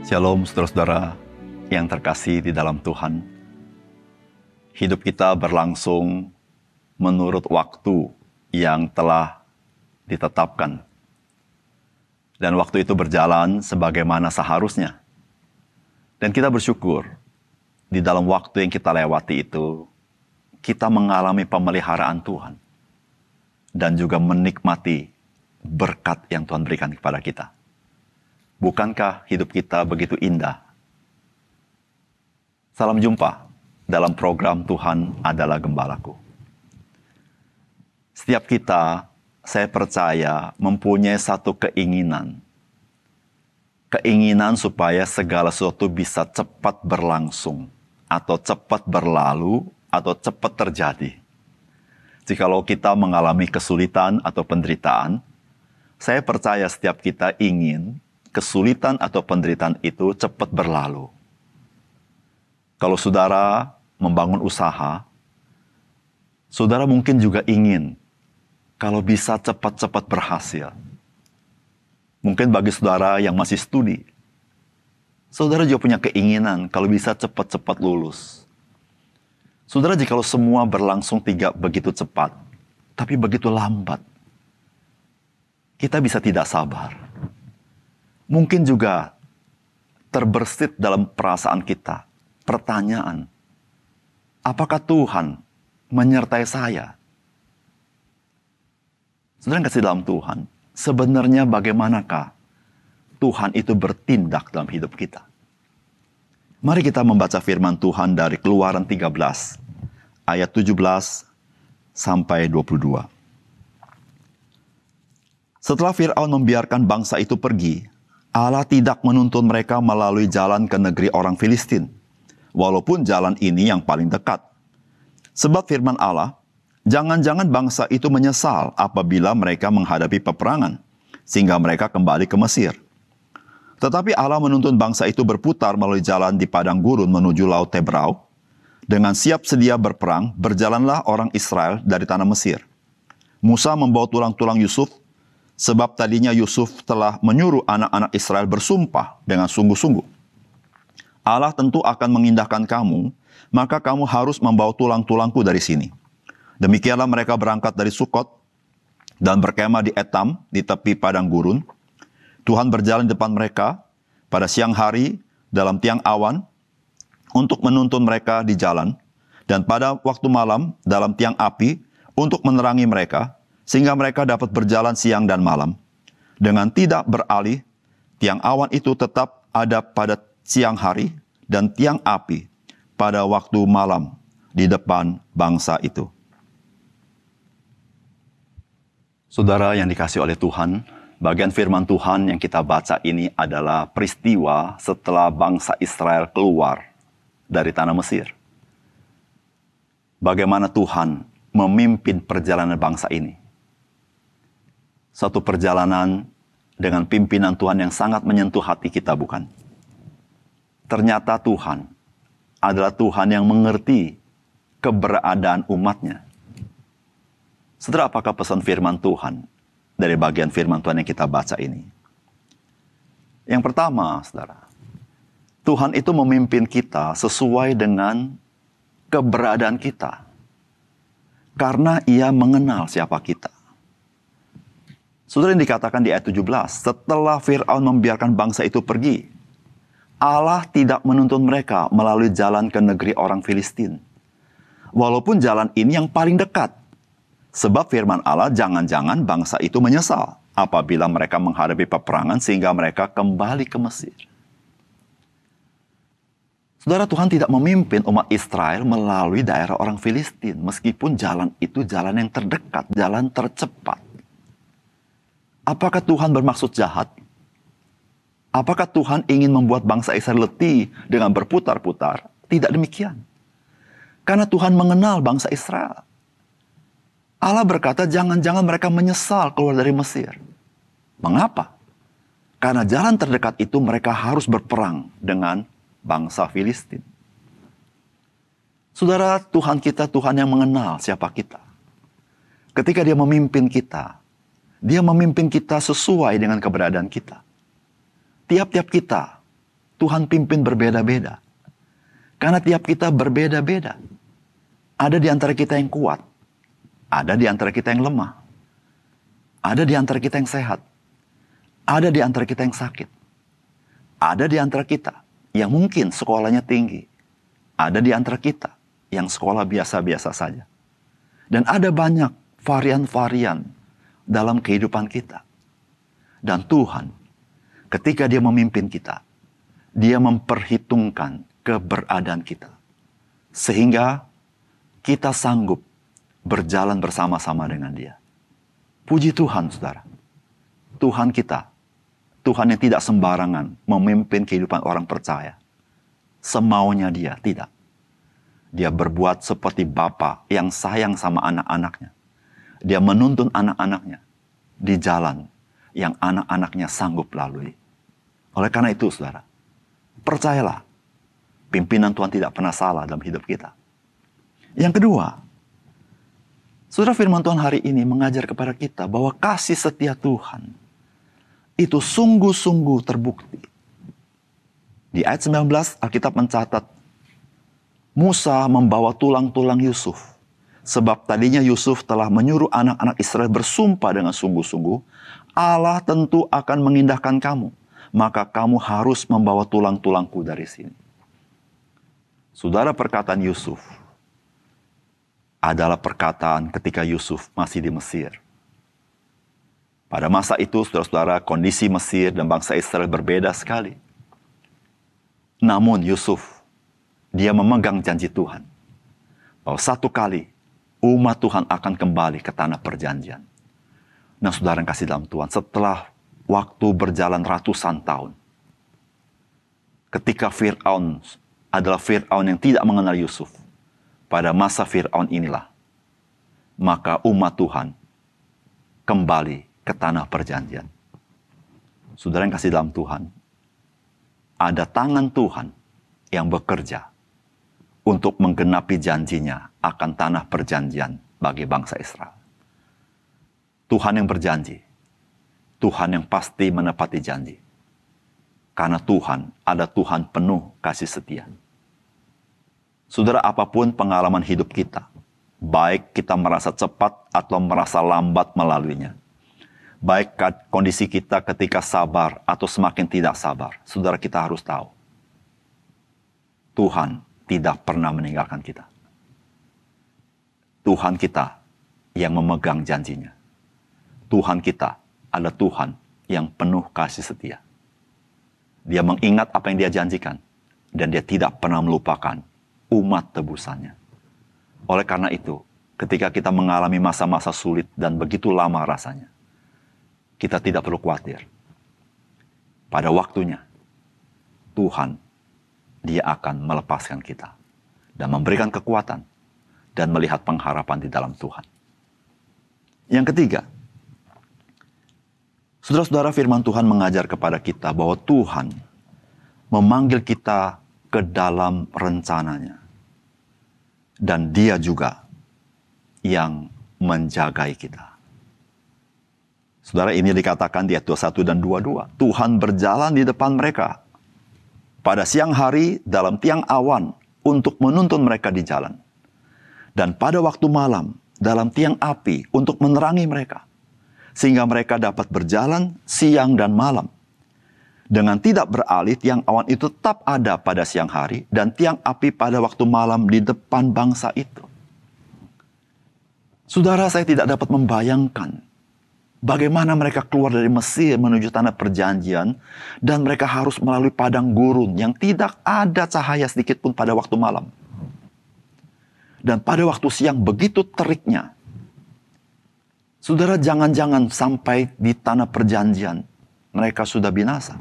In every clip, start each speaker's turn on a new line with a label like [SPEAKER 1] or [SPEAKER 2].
[SPEAKER 1] Shalom saudara-saudara yang terkasih di dalam Tuhan. Hidup kita berlangsung menurut waktu yang telah ditetapkan. Dan waktu itu berjalan sebagaimana seharusnya. Dan kita bersyukur di dalam waktu yang kita lewati itu, kita mengalami pemeliharaan Tuhan. Dan juga menikmati berkat yang Tuhan berikan kepada kita. Bukankah hidup kita begitu indah? Salam jumpa dalam program Tuhan Adalah Gembalaku. Setiap kita, saya percaya, mempunyai satu keinginan. Keinginan supaya segala sesuatu bisa cepat berlangsung, atau cepat berlalu, atau cepat terjadi. Jikalau kita mengalami kesulitan atau penderitaan, saya percaya setiap kita ingin kesulitan atau penderitaan itu cepat berlalu. Kalau saudara membangun usaha, saudara mungkin juga ingin kalau bisa cepat-cepat berhasil. Mungkin bagi saudara yang masih studi, saudara juga punya keinginan kalau bisa cepat-cepat lulus. Saudara, jikalau semua berlangsung tidak begitu cepat, tapi begitu lambat, kita bisa tidak sabar. Mungkin juga terbersit dalam perasaan kita pertanyaan, apakah Tuhan menyertai saya? Saudara yang kasih dalam Tuhan, sebenarnya bagaimanakah Tuhan itu bertindak dalam hidup kita? Mari kita membaca firman Tuhan dari Keluaran 13, ayat 17 sampai 22. Setelah Fir'aun membiarkan bangsa itu pergi, Allah tidak menuntun mereka melalui jalan ke negeri orang Filistin, walaupun jalan ini yang paling dekat. Sebab firman Allah, jangan-jangan bangsa itu menyesal apabila mereka menghadapi peperangan, sehingga mereka kembali ke Mesir. Tetapi Allah menuntun bangsa itu berputar melalui jalan di padang gurun menuju Laut Tebrau. Dengan siap sedia berperang, berjalanlah orang Israel dari tanah Mesir. Musa membawa tulang-tulang Yusuf, sebab tadinya Yusuf telah menyuruh anak-anak Israel bersumpah dengan sungguh-sungguh. Allah tentu akan mengindahkan kamu, maka kamu harus membawa tulang-tulangku dari sini. Demikianlah mereka berangkat dari Sukot dan berkemah di Etam, di tepi padang gurun. Tuhan berjalan di depan mereka pada siang hari dalam tiang awan untuk menuntun mereka di jalan, dan pada waktu malam dalam tiang api untuk menerangi mereka, sehingga mereka dapat berjalan siang dan malam. Dengan tidak beralih, tiang awan itu tetap ada pada siang hari dan tiang api pada waktu malam di depan bangsa itu. Saudara yang dikasihi oleh Tuhan, bagian firman Tuhan yang kita baca ini adalah peristiwa setelah bangsa Israel keluar dari tanah Mesir. Bagaimana Tuhan memimpin perjalanan bangsa ini. Satu perjalanan dengan pimpinan Tuhan yang sangat menyentuh hati kita, bukan? Ternyata Tuhan adalah Tuhan yang mengerti keberadaan umatnya. Saudara, apakah pesan firman Tuhan dari bagian firman Tuhan yang kita baca ini? Yang pertama, saudara, Tuhan itu memimpin kita sesuai dengan keberadaan kita. Karena Ia mengenal siapa kita. Saudara, yang dikatakan di ayat 17, setelah Fir'aun membiarkan bangsa itu pergi, Allah tidak menuntun mereka melalui jalan ke negeri orang Filistin. Walaupun jalan ini yang paling dekat. Sebab firman Allah, jangan-jangan bangsa itu menyesal apabila mereka menghadapi peperangan sehingga mereka kembali ke Mesir. Saudara, Tuhan tidak memimpin umat Israel melalui daerah orang Filistin, meskipun jalan itu jalan yang terdekat, jalan tercepat. Apakah Tuhan bermaksud jahat? Apakah Tuhan ingin membuat bangsa Israel letih dengan berputar-putar? Tidak demikian. Karena Tuhan mengenal bangsa Israel. Allah berkata, jangan-jangan mereka menyesal keluar dari Mesir. Mengapa? Karena jalan terdekat itu mereka harus berperang dengan bangsa Filistin. Saudara, Tuhan kita Tuhan yang mengenal siapa kita. Ketika Dia memimpin kita, Dia memimpin kita sesuai dengan keberadaan kita. Tiap-tiap kita Tuhan pimpin berbeda-beda. Karena tiap kita berbeda-beda. Ada di antara kita yang kuat. Ada di antara kita yang lemah. Ada di antara kita yang sehat. Ada di antara kita yang sakit. Ada di antara kita yang mungkin sekolahnya tinggi. Ada di antara kita yang sekolah biasa-biasa saja. Dan ada banyak varian-varian dalam kehidupan kita. Dan Tuhan, ketika Dia memimpin kita, Dia memperhitungkan keberadaan kita. Sehingga kita sanggup berjalan bersama-sama dengan Dia. Puji Tuhan, saudara. Tuhan kita, Tuhan yang tidak sembarangan memimpin kehidupan orang percaya. Semaunya Dia, tidak. Dia berbuat seperti Bapa yang sayang sama anak-anaknya. Dia menuntun anak-anaknya di jalan yang anak-anaknya sanggup lalui. Oleh karena itu, saudara, percayalah, pimpinan Tuhan tidak pernah salah dalam hidup kita. Yang kedua, saudara, firman Tuhan hari ini mengajar kepada kita bahwa kasih setia Tuhan itu sungguh-sungguh terbukti. Di ayat 19, Alkitab mencatat, Musa membawa tulang-tulang Yusuf. Sebab tadinya Yusuf telah menyuruh anak-anak Israel bersumpah dengan sungguh-sungguh, Allah tentu akan mengindahkan kamu. Maka kamu harus membawa tulang-tulangku dari sini. Saudara, perkataan Yusuf adalah perkataan ketika Yusuf masih di Mesir. Pada masa itu, saudara-saudara, kondisi Mesir dan bangsa Israel berbeda sekali. Namun Yusuf, dia memegang janji Tuhan. Bahwa satu kali umat Tuhan akan kembali ke tanah perjanjian. Nah, saudara yang kasih dalam Tuhan, setelah waktu berjalan ratusan tahun. Ketika Fir'aun adalah Fir'aun yang tidak mengenal Yusuf. Pada masa Fir'aun inilah, maka umat Tuhan kembali ke tanah perjanjian. Saudara yang kasih dalam Tuhan, ada tangan Tuhan yang bekerja untuk menggenapi janjinya akan tanah perjanjian bagi bangsa Israel. Tuhan yang berjanji, Tuhan yang pasti menepati janji. Karena Tuhan ada Tuhan penuh kasih setia. Saudara, apapun pengalaman hidup kita, baik kita merasa cepat atau merasa lambat melaluinya, baik kondisi kita ketika sabar atau semakin tidak sabar, saudara, kita harus tahu, Tuhan tidak pernah meninggalkan kita. Tuhan kita yang memegang janjinya. Tuhan kita adalah Tuhan yang penuh kasih setia. Dia mengingat apa yang Dia janjikan, dan Dia tidak pernah melupakan umat tebusannya. Oleh karena itu, ketika kita mengalami masa-masa sulit dan begitu lama rasanya, kita tidak perlu khawatir. Pada waktunya, Tuhan, Dia akan melepaskan kita dan memberikan kekuatan dan melihat pengharapan di dalam Tuhan. Yang ketiga, saudara-saudara, firman Tuhan mengajar kepada kita bahwa Tuhan memanggil kita ke dalam rencananya. Dan Dia juga yang menjagai kita. Saudara, ini dikatakan di ayat 21 dan 22. Tuhan berjalan di depan mereka pada siang hari dalam tiang awan untuk menuntun mereka di jalan. Dan pada waktu malam dalam tiang api untuk menerangi mereka. Sehingga mereka dapat berjalan siang dan malam. Dengan tidak beralih, tiang awan itu tetap ada pada siang hari dan tiang api pada waktu malam di depan bangsa itu. Saudara, saya tidak dapat membayangkan bagaimana mereka keluar dari Mesir menuju tanah perjanjian dan mereka harus melalui padang gurun yang tidak ada cahaya sedikit pun pada waktu malam. Dan pada waktu siang begitu teriknya. Saudara, jangan-jangan sampai di tanah perjanjian mereka sudah binasa.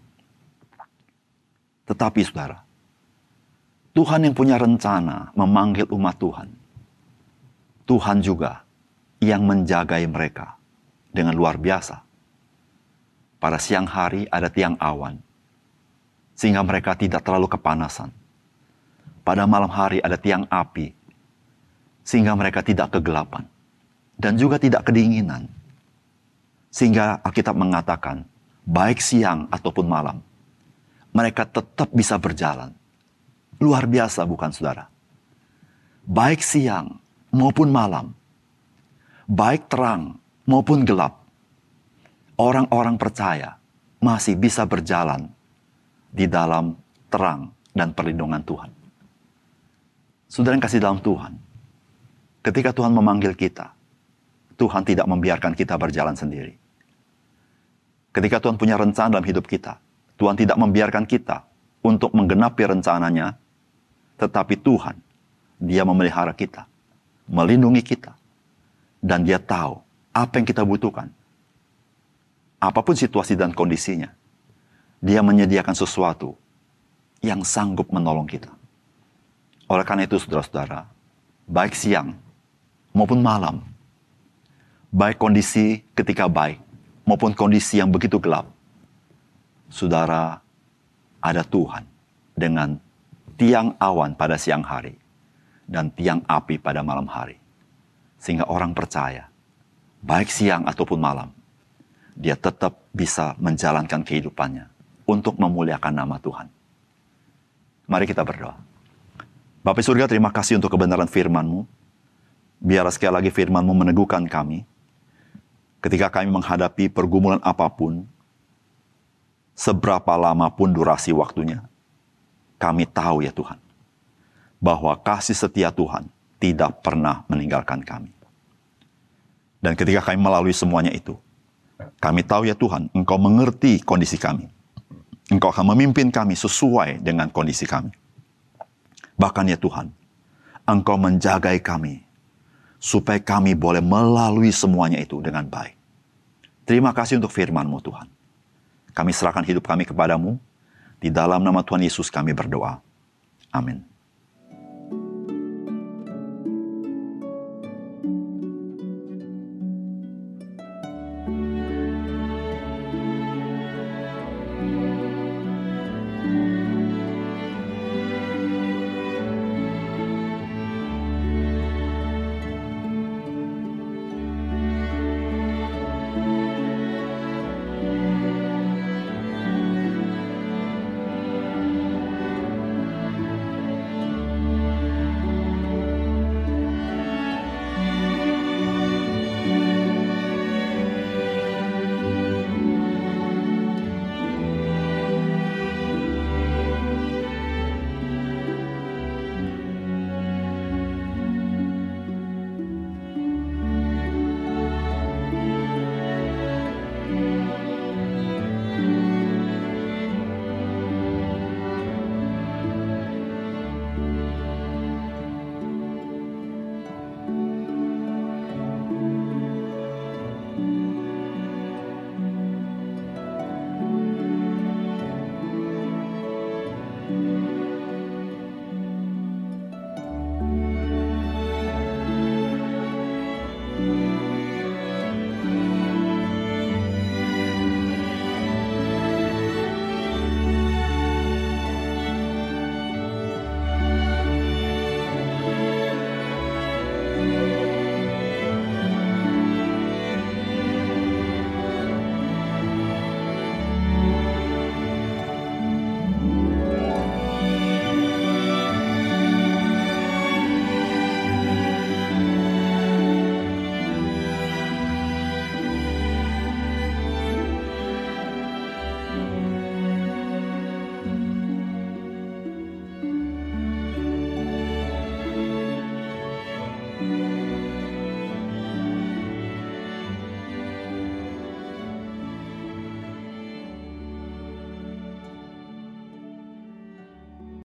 [SPEAKER 1] Tetapi saudara, Tuhan yang punya rencana memanggil umat Tuhan. Tuhan juga yang menjagai mereka dengan luar biasa. Pada siang hari ada tiang awan, sehingga mereka tidak terlalu kepanasan. Pada malam hari ada tiang api, sehingga mereka tidak kegelapan. Dan juga tidak kedinginan. Sehingga Alkitab mengatakan, baik siang ataupun malam, mereka tetap bisa berjalan. Luar biasa bukan saudara? Baik siang maupun malam, baik terang maupun gelap, orang-orang percaya masih bisa berjalan di dalam terang dan perlindungan Tuhan. Saudara yang kasih dalam Tuhan, ketika Tuhan memanggil kita, Tuhan tidak membiarkan kita berjalan sendiri. Ketika Tuhan punya rencana dalam hidup kita, Tuhan tidak membiarkan kita untuk menggenapi rencananya, tetapi Tuhan, Dia memelihara kita, melindungi kita, dan Dia tahu apa yang kita butuhkan. Apapun situasi dan kondisinya, Dia menyediakan sesuatu yang sanggup menolong kita. Oleh karena itu, saudara-saudara, baik siang maupun malam, baik kondisi ketika baik maupun kondisi yang begitu gelap, saudara, ada Tuhan dengan tiang awan pada siang hari dan tiang api pada malam hari. Sehingga orang percaya, baik siang ataupun malam, dia tetap bisa menjalankan kehidupannya untuk memuliakan nama Tuhan. Mari kita berdoa. Bapa surga, terima kasih untuk kebenaran firman-Mu. Biar sekali lagi firman-Mu meneguhkan kami. Ketika kami menghadapi pergumulan apapun, seberapa lama pun durasi waktunya, kami tahu ya Tuhan, bahwa kasih setia Tuhan tidak pernah meninggalkan kami. Dan ketika kami melalui semuanya itu, kami tahu ya Tuhan, Engkau mengerti kondisi kami. Engkau akan memimpin kami sesuai dengan kondisi kami. Bahkan ya Tuhan, Engkau menjagai kami, supaya kami boleh melalui semuanya itu dengan baik. Terima kasih untuk firman-Mu Tuhan. Kami serahkan hidup kami kepadamu. Di dalam nama Tuhan Yesus kami berdoa. Amin.